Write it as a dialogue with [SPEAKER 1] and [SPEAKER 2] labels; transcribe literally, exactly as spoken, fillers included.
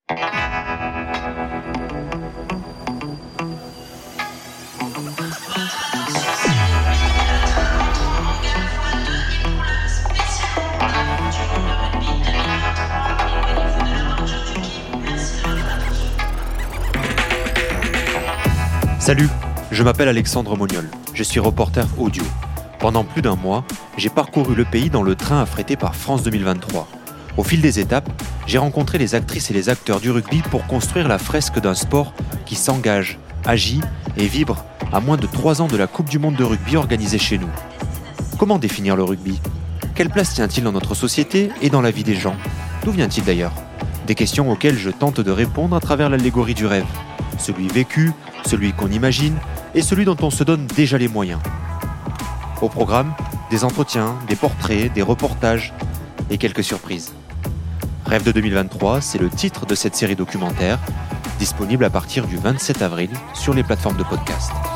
[SPEAKER 1] Salut, je m'appelle Alexandre Moniol, je suis reporter audio. Pendant plus d'un mois, j'ai parcouru le pays dans le train affrété par France deux mille vingt-trois. Au fil des étapes, j'ai rencontré les actrices et les acteurs du rugby pour construire la fresque d'un sport qui s'engage, agit et vibre à moins de trois ans de la Coupe du Monde de rugby organisée chez nous. Comment définir le rugby ? Quelle place tient-il dans notre société et dans la vie des gens ? D'où vient-il d'ailleurs ? Des questions auxquelles je tente de répondre à travers l'allégorie du rêve. Celui vécu, celui qu'on imagine et celui dont on se donne déjà les moyens. Au programme, des entretiens, des portraits, des reportages et quelques surprises. Rêve de deux mille vingt-trois, c'est le titre de cette série documentaire, disponible à partir du vingt-sept avril sur les plateformes de podcast.